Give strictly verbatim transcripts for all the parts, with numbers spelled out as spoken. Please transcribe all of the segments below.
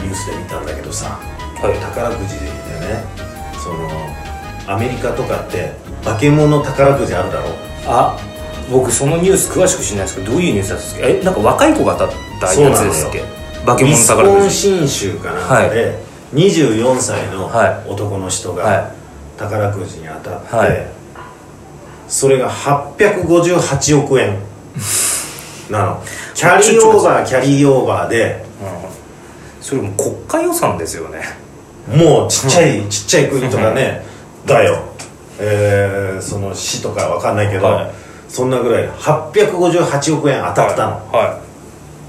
ニュースで見たんだけどさ、 はい、 宝くじでね、そのアメリカとかって化け物宝くじあるだろ。 あ、僕そのニュース詳しく知らないですけど、どういうニュースなんですか？え、なんか若い子が当たったやつですっけ？化け物宝くじ。 ウィスコンシン州かなんかで、はい、にじゅうよんさいの男の人が宝くじに当たって、はい、それがはっぴゃくごじゅうはちおくえんなの。キャリーオーバーキャリーオーバーで、 うん、それも国家予算ですよね。 もうちっちゃいちっちゃい国とかねだよ、えー、その市とかわかんないけど、はい、そんなぐらいはっぴゃくごじゅうはちおくえん当たったの、はいはい、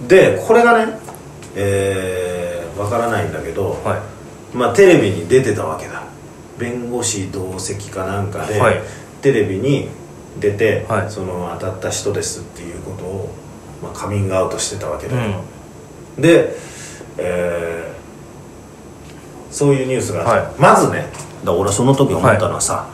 でこれがね、えー、わからないんだけど、はい、まあテレビに出てたわけだ。弁護士同席かなんかで、はい、テレビに出て、はい、その当たった人ですっていうことを、まあ、カミングアウトしてたわけだよ、うん、で、えー、そういうニュースが、はい、まずね、だ俺その時思ったのはさ、はい、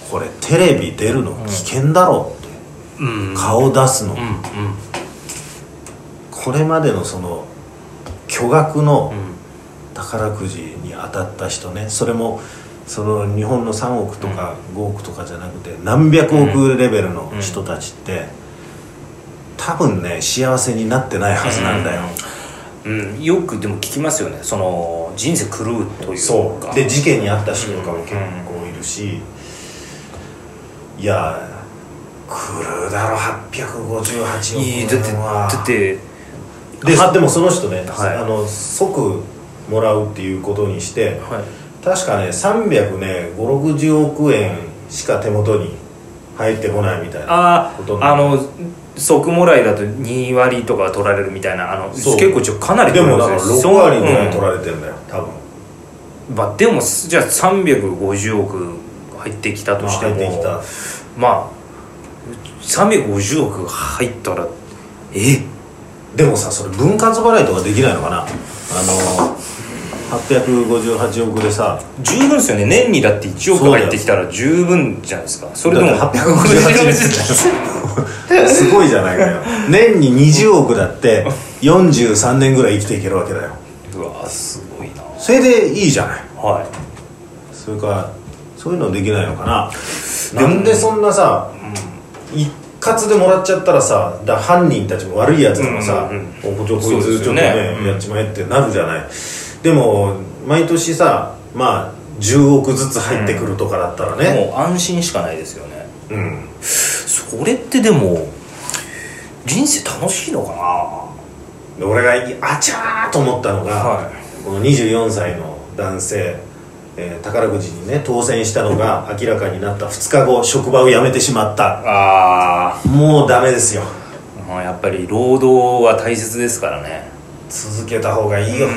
これテレビ出るの危険だろって、うん、顔出すの、うんうん、これまでのその巨額の宝くじに当たった人ね、それもその日本のさんおくとかごおくとかじゃなくて何百億レベルの人たちって多分ね幸せになってないはずなんだよ、 うんうん、よくでも聞きますよね、その人生狂うというか。 そうで事件に遭った人とかも結構いるし、いや狂うだろはっぴゃくごじゅうはちおくえんは。 だってで, でもその人ね、はい、あの即もらうっていうことにして、はい、確かねさんびゃくごじゅう、ろくじゅうおくえんしか手元に入ってこないみたいなことになる。 ああの即もらいだとにわりとか取られるみたいな、あの結構ちょかなり取られるんですよ。でもろくわりぐらい取られてるんだよ、うん、多分。 まあでもじゃあさんびゃくごじゅうおく入ってきたとしても、まあ、入ってきたまあさんびゃくごじゅうおく入ったらえでもさ、それ分割払いとかできないのかな。あのはっぴゃくごじゅうはちおくでさ十分ですよね。年にだっていちおく入ってきたら十分じゃないですか。それでもはっぴゃくごじゅうはちえんすごいじゃないかよ。年ににじゅうおくだってよんじゅうさんねんぐらい生きていけるわけだよ。 うわすごいな。 それでいいじゃない。 はい。 それからそういうのできないのかな。なんでそんなさ、うん、一括でもらっちゃったらさ、だ犯人たちも悪いやつもさ、うんうんうん、こいつちょっとね、ね、うん、やっちまえってなるじゃない。でも毎年さ、まあじゅうおくずつ入ってくるとかだったらね、 うん、もう安心しかないですよね。うん。それってでも人生楽しいのかな。俺があちゃーと思ったのが、はい、このにじゅうよんさいの男性、えー、宝くじにね当選したのが明らかになったふつかご職場を辞めてしまった。ああ、もうダメですよ。 やっぱり労働は大切ですからね。 続けた方がいいよ。うん、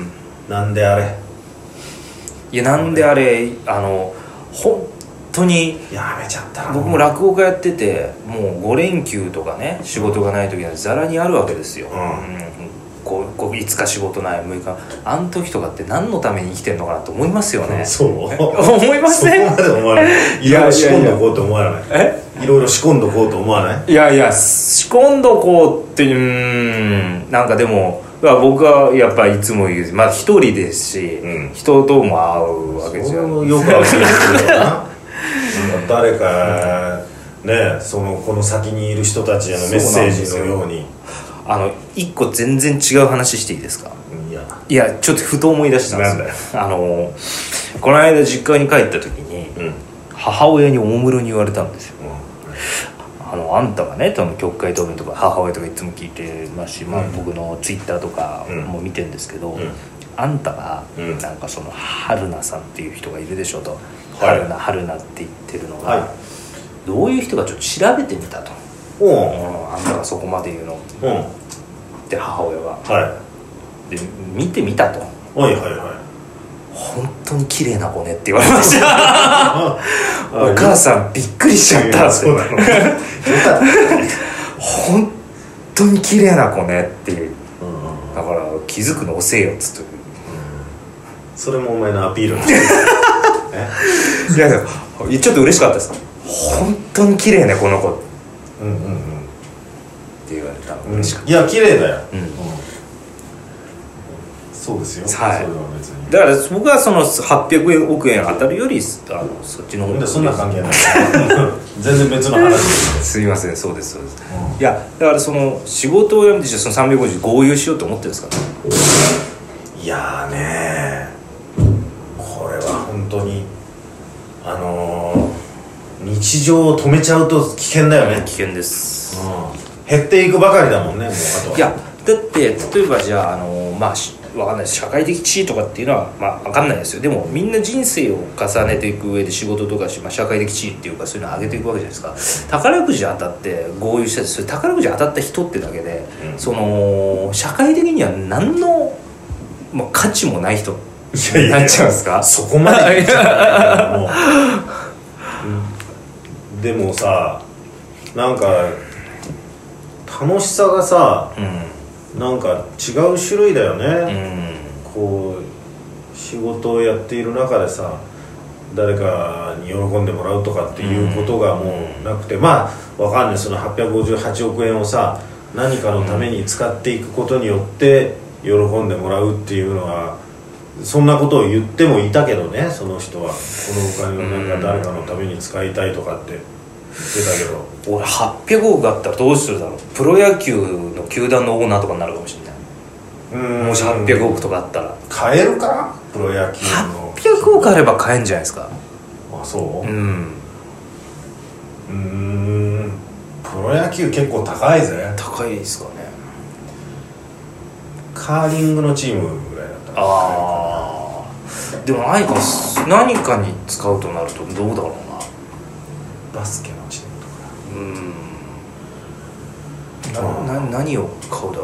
なんであれ。 いやなんであれ、あの本当にやめちゃったな。 僕も落語家やってて、もうごれんきゅうとかね仕事がない時はざらにあるわけですよ、うんうん、こうこういつか仕事ないむいか、あの時とかって何のために生きてんのかなと思いますよね。 そう思いません？ そこまで思わない。いろいろ仕込んどこうと思わない。えいろいろ仕込んどこうと思わない。 いやいや仕込んどこうっていう、うんなんかでも僕はやっぱりいつも言う、まあ一人ですし、うん、人とも会うわけですよ。 よく会う人だな。誰かね、そのこの先にいる人たちへのメッセージのように。 あの一個全然違う話していいですか。 いやいやちょっとふと思い出したんですよ。あのこの間実家に帰った時に、うん、母親におもむろに言われたんですよ、うん、あのあんたがね多分曲会答弁とか母親とかいつも聞いてますし、まあ、僕のツイッターとかも見てるんですけど、うん、あんたがなんかその春菜さんっていう人がいるでしょと、はい、春菜春菜って言ってるのが、はい、どういう人かちょっと調べてみたと、うん、あんたがそこまで言うの、うんで母親は、はい、で見てみたと、 はいはいはい、 本当に綺麗な子ねって言われましたお母さんびっくりしちゃったってそうなの本当に綺麗な子ねっていう、うん、だから気づくの遅えよっつって、うん、 それもお前のアピールなんえいやちょっと嬉しかったです。本当に綺麗ねこの子、うんうんうんって言われたの嬉しかった、 うん、いや綺麗だよ、うんうん、そそうですよ、 はい、それは別にだから僕はそのはっぴゃくおくえん当たるよりあのそっちの方がそんな関係ない全然別の話ですすいませんそうですそうです、うん、いやだからその仕事を辞めてそのさんびゃくごじゅう合流しようと思ってるんですかね。 いやーねこれは本当にあのー、日常を止めちゃうと危険だよね。 危険です、 うん、減っていくばかりだもんねもうあとは。 いやだって例えばじゃあ、あのー、まあわかんないです社会的地位とかっていうのはまあわかんないですよ。でもみんな人生を重ねていく上で仕事とか、まあ、社会的地位っていうかそういうのを上げていくわけじゃないですか。宝くじ当たって合流したりする宝くじ当たった人ってだけで、うん、その社会的には何の、まあ、価値もない人になっちゃうんですか。いやいやそこまで言っちゃうもう、うん、でもさなんか楽しさがさ、うん、なんか違う種類だよね、うん、こう仕事をやっている中でさ誰かに喜んでもらうとかっていうことがもうなくて、うん、まあわかんないそのはっぴゃくごじゅうはちおくえんをさ何かのために使っていくことによって喜んでもらうっていうのはそんなことを言ってもいたけどねその人はこのお金をなんか誰かのために使いたいとかって言ってたけど、 俺はっぴゃくおくあったらどうするだろう。プロ野球の球団のオーナーとかになるかもしれない。うんもしはっぴゃくおくとかあったら買えるかプロ野球のはっぴゃくおくあれば買えんじゃないですか。 あそううんうーんプロ野球結構高いぜ。 高いですかね。 カーリングのチームぐらいだったらああでも何か何かに使うとなるとどうだろうな。 バスケのチームとかうんなな何を買うだろ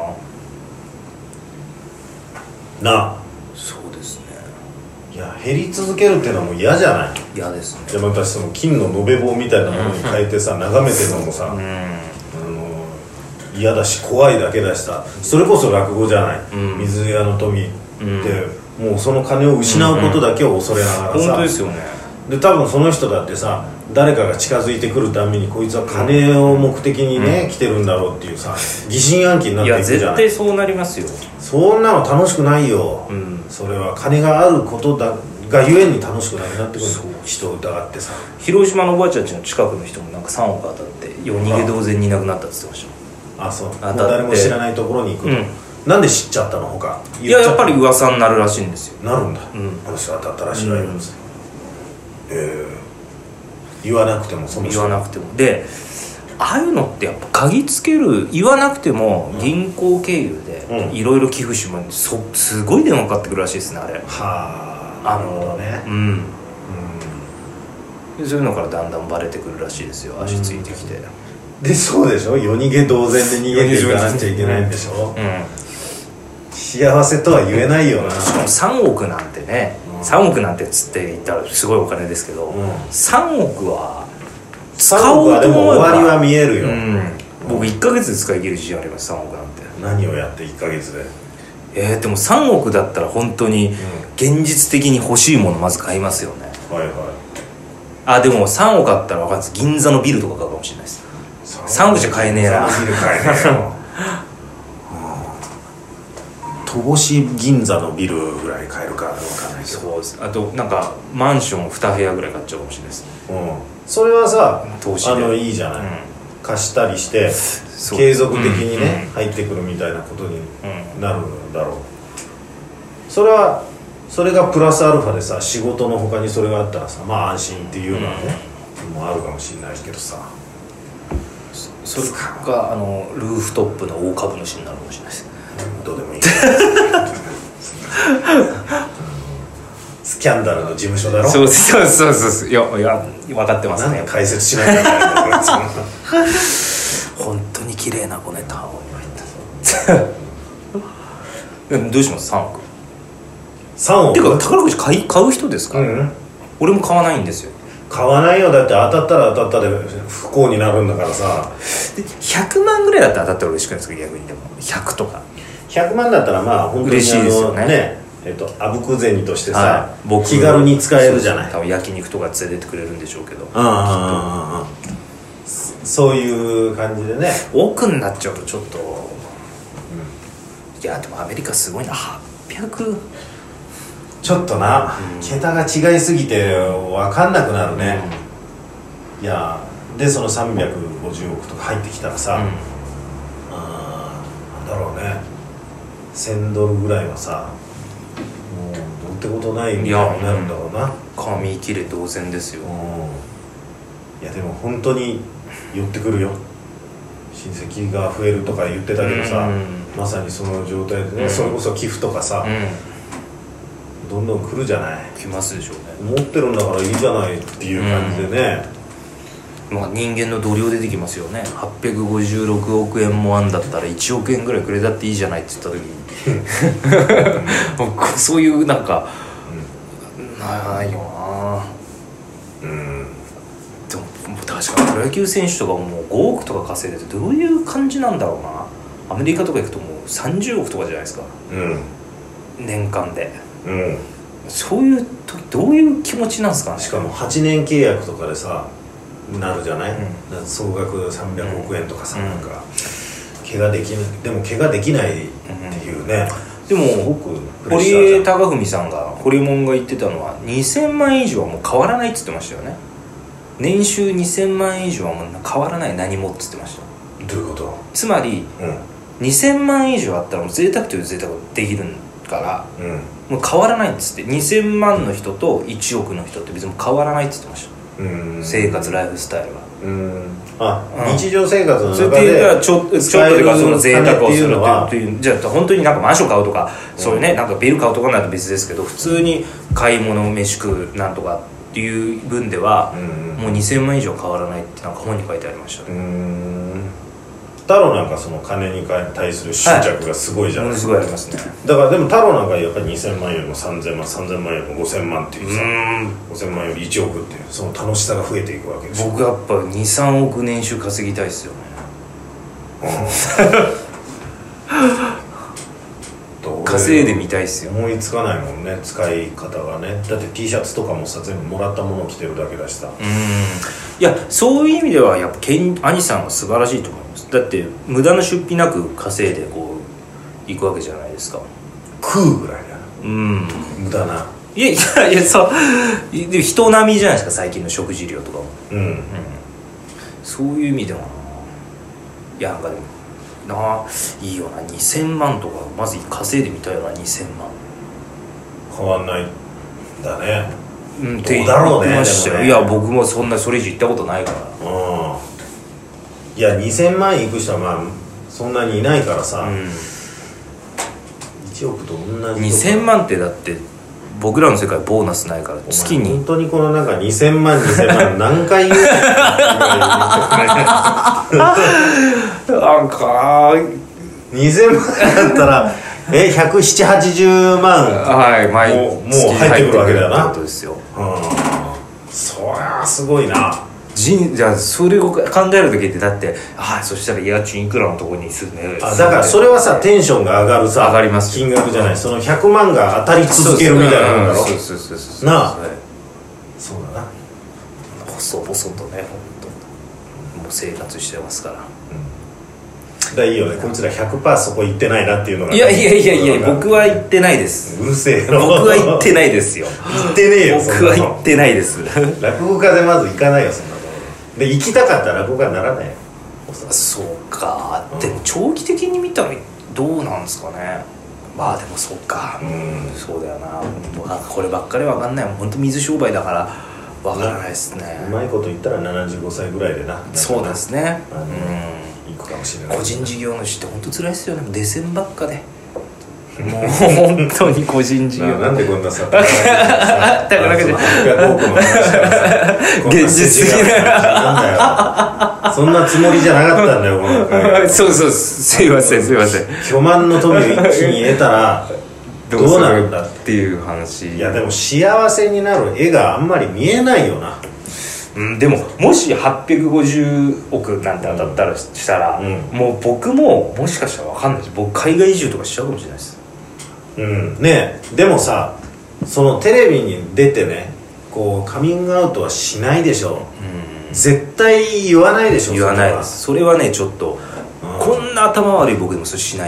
うな。なあそうですね。 いや減り続けるっていうのはもう嫌じゃない。 嫌ですね。 じゃあまたその金の延べ棒みたいなものに変えてさ、うん、眺めてるのもさ、うん、あの嫌だし怖いだけだしさそれこそ落語じゃない、うん、水屋の富って、うん、もうその金を失うことだけを恐れながらさ、うんうん、 本当ですよね。で多分その人だってさ誰かが近づいてくるためにこいつは金を目的にね、うん、来てるんだろうっていうさ疑心暗鬼になっていくじゃない。いや絶対そうなりますよ。 そんなの楽しくないよ、うん、それは金があることだがゆえに楽しくなくなってくる。人を疑ってさ広島のおばあちゃんちの近くの人もなんかさんおく当たって夜逃げ同然にいなくなったって言ってました。ああそうもう誰も知らないところに行くと、うん、なんで知っちゃったの他いややっぱり噂になるらしいんですよ。 なるんだ、うん、あの人当たったらしいわよ、うん、えー、言わなくてもその人言わなくてもでああいうのってやっぱ鍵つける言わなくても銀行経由でいろいろ寄付しもそすごい電話かかってくるらしいですねあれ。 はああのねうん、うん、そういうのからだんだんバレてくるらしいですよ足ついてきて、 うん、でそうでしょ夜逃げ同然で逃げていかなくちゃいけないんでしょ、うん、幸せとは言えないよな。 しかもさんおくなんてね、うん、さんおくなんてつって言ったらすごいお金ですけど、うん、さんおくは使おうと思えばでも終わりは見えるよ、うん、 僕いっかげつで使い切る自信あります。さんおくなんて何をやっていっかげつでえー、でもさんおくだったら本当に現実的に欲しいものまず買いますよね、うん、はいはい。あでもさんおくあったら分かんないです。銀座のビルとか買うかもしれないです。さんおくじゃ買えねえな。ビル買えねえよ戸越銀座のビルぐらい買えるか分かんないけど。 そうです。あとなんかマンションに部屋ぐらい買っちゃうかもしれないです、 うん、それはさ投資であのいいじゃない、うん、貸したりして継続的にね、うん、入ってくるみたいなことになるんだろう、うん、それはそれがプラスアルファでさ仕事の他にそれがあったらさまあ安心っていうのはね、うん、もうあるかもしれないけどさそれがあのルーフトップの大株主になるかもしれないです。 どうでもいいスキャンダルの事務所だろ。 そうそうそうそういやいや分かってますね。 解説しないといけない本当に綺麗な子ネタを言われたどうしますさんおくさんおくてか宝くじ買い買う人ですか、うん、俺も買わないんですよ。 買わないよ。だって当たったら当たったで不幸になるんだからさ。 でひゃくまんぐらいだったら当たったら嬉しくないですか逆に。でもひゃくとかひゃくまんだったらまあ本当に嬉しいですよ ね, ねえっとあぶく銭としてさ、はい、僕気軽に使えるじゃない。 多分焼肉とか連れてってくれるんでしょうけどああそういう感じでね奥になっちゃうとちょっと、うん、いやでもアメリカすごいなはっぴゃくちょっとな、うん、桁が違いすぎて分かんなくなるね、うん、いやでそのさんびゃくごじゅうおくとか入ってきたらさ、うん、あなんだろうねせんドルぐらいはさもうどうってことないみたいになるんだろうな。 紙切れ同然ですよ、うん、 いやでも本当に寄ってくるよ。親戚が増えるとか言ってたけどさ、うん、まさにその状態でね、うん、それこそ寄付とかさ、うん、どんどん来るじゃない。 来ますでしょうね。 持ってるんだからいいじゃないっていう感じでね、 うん、まあ、人間の度量出てきますよね。はっぴゃくごじゅうろくおくえんもあんだったらいちおくえんぐらいくれたっていいじゃないって言った時にそういうなんか、うん、ないよな。うんでも確かにプロ野球選手とかもうごおくとか稼いでてどういう感じなんだろうな。アメリカとか行くともうさんじゅうおくとかじゃないですか、うん、年間で、うん、そういう時どういう気持ちなんですかね。 しかもはちねん契約とかでさなるじゃない、うん、総額さんびゃくおくえんとかさ、うん、なんか怪我できないでも怪我できないっていうね、 うん、でも堀江貴文さんがホリモンが言ってたのはにせんまんえん以上はもう変わらないって言ってましたよね。年収にせんまんえん以上はもう変わらない何もって言ってました。 どういうこと？ つまり、うん、にせんまんえん以上あったらもう贅沢という贅沢ができるから、うん、もう変わらないんですって。にせんまんの人といちおくの人って別に変わらないって言ってました。うん、生活ライフスタイルは。うん、 あ、うん、日常生活の中でちょっとでかその贅沢をするっていう、じゃあ本当になんかマンション買うとか、うん、そういうねなんかビル買うとかなら別ですけど、普通に買い物飯食うなんとかっていう分では、うん、もうにせんまん以上変わらないってなんか本に書いてありましたね。うーん太郎なんかその金に対する執着がすごいじゃないですか、 はい、すごいありますね。 だからでも太郎なんかやっぱりにせんまんよりもさんぜんまんさんぜんまんよりもごせんまんっていうさ、うごせんまんよりいちおくっていうその楽しさが増えていくわけですよ。 僕やっぱにさんおく年収稼ぎたいっすよね、うん、稼いでみたいっすよ。 思いつかないもんね使い方がね。だって T シャツとかもさ全部もらったものを着てるだけだしさ。うんいやそういう意味ではやっぱケン兄さんは素晴らしいと思います。だって無駄な出費なく稼いでこう行くわけじゃないですか。 食うぐらいだな。うん無駄な。 いやいやいやそうで人並みじゃないですか最近の食事量とかも、うんうん、そういう意味ではいやなんかでもなあいいよなにせんまんとかまず稼いでみたいよなにせんまん。 変わんないんだね。 うん、どうだろうね。ねいや僕もそんなそれ以上行ったことないから。うん。 いやにせんまんいく人はまあそんなにいないからさ、うん、いちおくと同じ。 にせんまんってだって僕らの世界ボーナスないから月に本当にこのなんかにせんまんにせんまん何回言うのなんかにせんまんだったらえひゃくななじゅうはちじゅうまんはい毎もうもう入ってくるわけだよな。 ってことですよ。うん、 そりゃすごいな。 じじゃあそれを考える時ってだってああそしたら家賃いくらのところに住んであだからそれはさテンションが上がるさ上がります金額じゃない、うん、そのひゃくまんが当たり続けるみたいなもんだろ。そうそうそうそうなあそうだな。 細々とね本当もう生活してますから、 うん、だいいよねこいつら ひゃくパーセント そこ行ってないなっていうのがいやいやいやいや僕は行ってないです。 うるせえよ僕は行ってないですよ行ってねえよ僕は行ってないです落語家でまず行かないよそんなで行きたかったら落語家にならないよ。 そうか、うん、でも長期的に見たらどうなんですかね。まあでもそうか、うん、そうだよな。こればっかり分かんないもん本当水商売だから分からないですね。 うまいこと言ったらななじゅうごさいぐらいでな。 そうですね、 うん、行くかもしれない。 個人事業主って本当辛いですよね。出銭ばっかでもう本当に個人事業なんでこんなさ宝くじの話からさ現実的なそんなつもりじゃなかったんだよこのそうそうすいませんすいません巨万の富を一気に得たらどうなるんだっていう話。 いやでも幸せになる絵があんまり見えないよな。 うん、でももしはっぴゃくごじゅうおくなんて当たったらしたら、うん、もう僕ももしかしたら分かんないです。僕海外移住とかしちゃうかもしれないです。 うん、ねえでもさそのテレビに出てねこうカミングアウトはしないでしょ、うん、絶対言わないでしょ。 言わないです。それはねちょっと、うん、こんな頭悪い僕でもそれしないっすよ。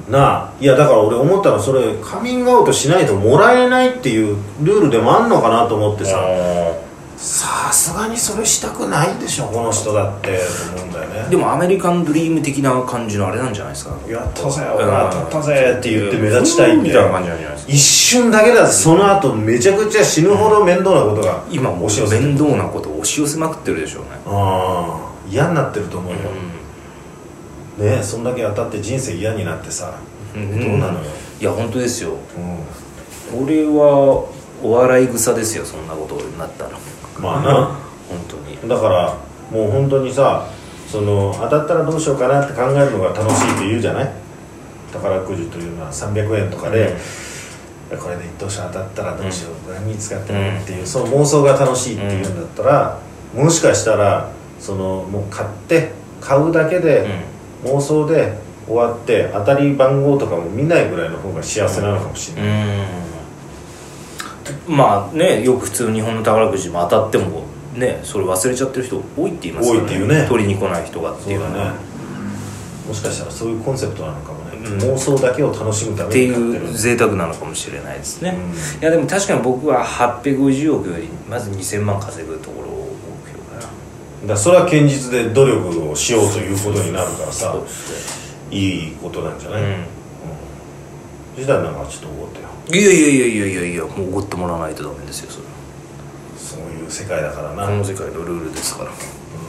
なあ、いやだから俺思ったのそれカミングアウトしないともらえないっていうルールでもあんのかなと思ってさ、さすがにそれしたくないでしょこの人だってと思うんだよね。 でもアメリカンドリーム的な感じのあれなんじゃないですか。 やったぜ俺は当たったぜって言って目立ちたいってみたいな感じなんじゃないですか。 一瞬だけだぜ。その後めちゃくちゃ死ぬほど面倒なことが今もう面倒なことを押し寄せまくってるでしょうね。 ああ嫌になってると思うよ、うん、ねえそんだけ当たって人生嫌になってさ、うん、どうなのよ。 いや本当ですよ、うん、これはお笑い草ですよそんなことになったら。 まあな、うん、 本当にだからもう本当にさその当たったらどうしようかなって考えるのが楽しいって言うじゃない。宝くじというのはさんびゃくえんとかで、うん、これで一等賞当たったらどうしよう、うん、何に使ってもっていう、うん、その妄想が楽しいっていうんだったら、うん、もしかしたらそのもう買って買うだけで、うん、妄想で終わって当たり番号とかも見ないぐらいの方が幸せなのかもしれない、うんうん、まあねよく普通日本の宝くじも当たってもねそれ忘れちゃってる人多いって言いますよね。 多いっていうね。 取りに来ない人がっていうのはね。もしかしたらそういうコンセプトなのかもね、うん、妄想だけを楽しむためにっていう贅沢なのかもしれないですね、うん、いやでも確かに僕ははっぴゃくごじゅうおくよりまずにせんまん稼ぐところを目標かな。だからそれは堅実で努力をしようということになるからさ、いいことなんじゃない。うん、時代なんかちょっとおごってよ。 いやいやいやいやいやいやもうおごってもらわないとダメですよそれ。 そういう世界だからな。 この世界のルールですから、うん、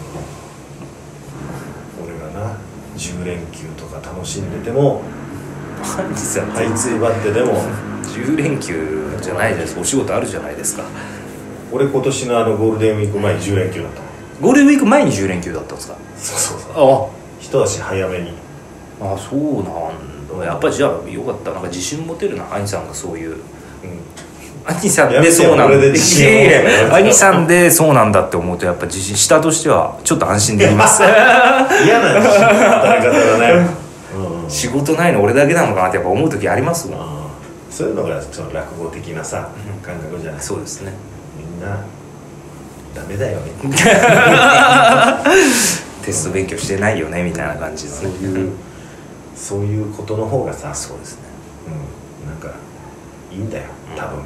俺がなじゅう連休とか楽しんでてもハンジさんはいついばってでもじゅう連休じゃないじゃないですか。お仕事あるじゃないですか。 俺今年のあのゴールデンウィーク前にじゅう連休だった。 ゴールデンウィーク前にじゅう連休だったんですか。 そうそうそう。あ一足早めに。 あそうなんだ。やっぱりじゃあよかった。なんか自信持てるな兄さんがそういう、うん、兄さんでそうなんだって兄さんでそうなんだって思うとやっぱ自信下としてはちょっと安心できます嫌な自信の働き方だね、 うん、仕事ないの俺だけなのかなってやっぱ思う時ありますもん。 そういうのがその落語的なさ、うん、感覚じゃない。 そうですね。 みんなダメだよねテスト勉強してないよねみたいな感じの、ね、 そういうそういうことの方がさそうですね、 うん、なんかいいんだよ多分、うん、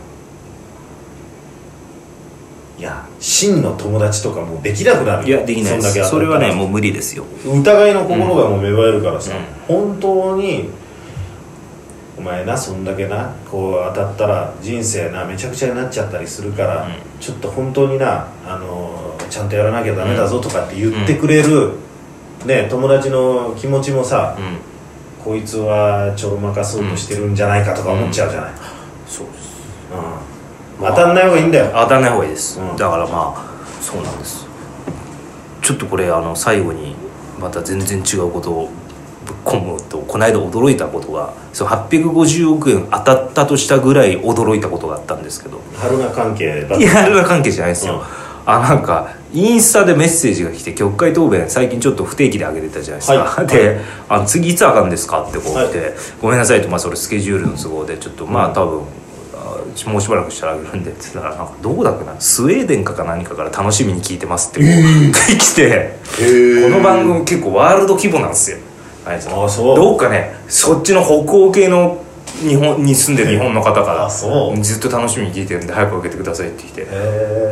いや真の友達とかもうできなくなる。 いやできないです。 そ, それはねもう無理ですよ。 疑いの心がもう芽生えるからさ、うん、本当にお前なそんだけなこう当たったら人生なめちゃくちゃになっちゃったりするから、うん、ちょっと本当になあのちゃんとやらなきゃダメだぞとかって言ってくれる、うん、ね友達の気持ちもさ、うん、こいつはちょろまかそうとしてるんじゃないかとか思っちゃうじゃない、うん、 そうです、 うん、当たんない方がいいんだよ。 当たんない方がいいです、うん、だからまあそうなんです。ちょっとこれあの最後にまた全然違うことをぶっ込むとこの間驚いたことがそのはっぴゃくごじゅうおくえん当たったとしたぐらい驚いたことがあったんですけど。 春菜関係だった。 いや春菜関係じゃないですよ、うん、あなんかインスタでメッセージが来て局会答弁最近ちょっと不定期で上げてたじゃないですか、はい、で、はい、あの次いつ上がるんですかってこう来て、はい、ごめんなさいと、まあ、それスケジュールの都合でちょっとまあ多分、うんもうしばらくしたらあげるんでって言ったらなんかどこだっけなスウェーデンかか何かから楽しみに聞いてますって来て、この番組結構ワールド規模なんですよ。あそうどっかねそっちの北欧系の日本に住んでる日本の方からずっと楽しみに聞いてるんで早く受けてくださいって言って、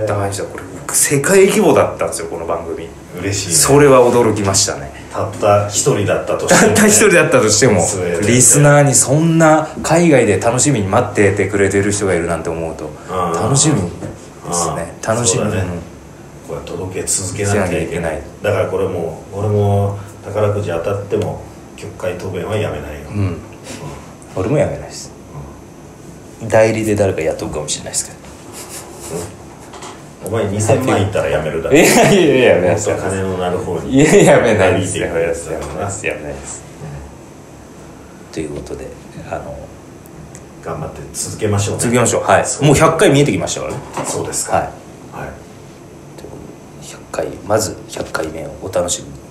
だからこれ世界規模だったんですよこの番組。 嬉しいね。 それは驚きましたね。 たった一人だったとしても、ね、 たった一人だったとしてもリスナーにそんな海外で楽しみに待っててくれてる人がいるなんて思うと楽しみですね。楽しみね、これ届け続けなきゃいけない。だからこれもう俺も宝くじ当たっても局会答弁はやめないよ、うんうん、 俺もやめないです、うん、代理で誰か雇うかもしれないですけど、 うん、お前にせんまんいったらやめるだろ。 いやいやいややめないです。 金のなる方にいややめないですやめないですやめないですやめないです、うん、ということであの頑張って続けましょうね。 続けましょう。はいもうひゃっかい見えてきましたからね。 そうですか。 はい、はい、ということでひゃっかいまずひゃっかいめをお楽しみに。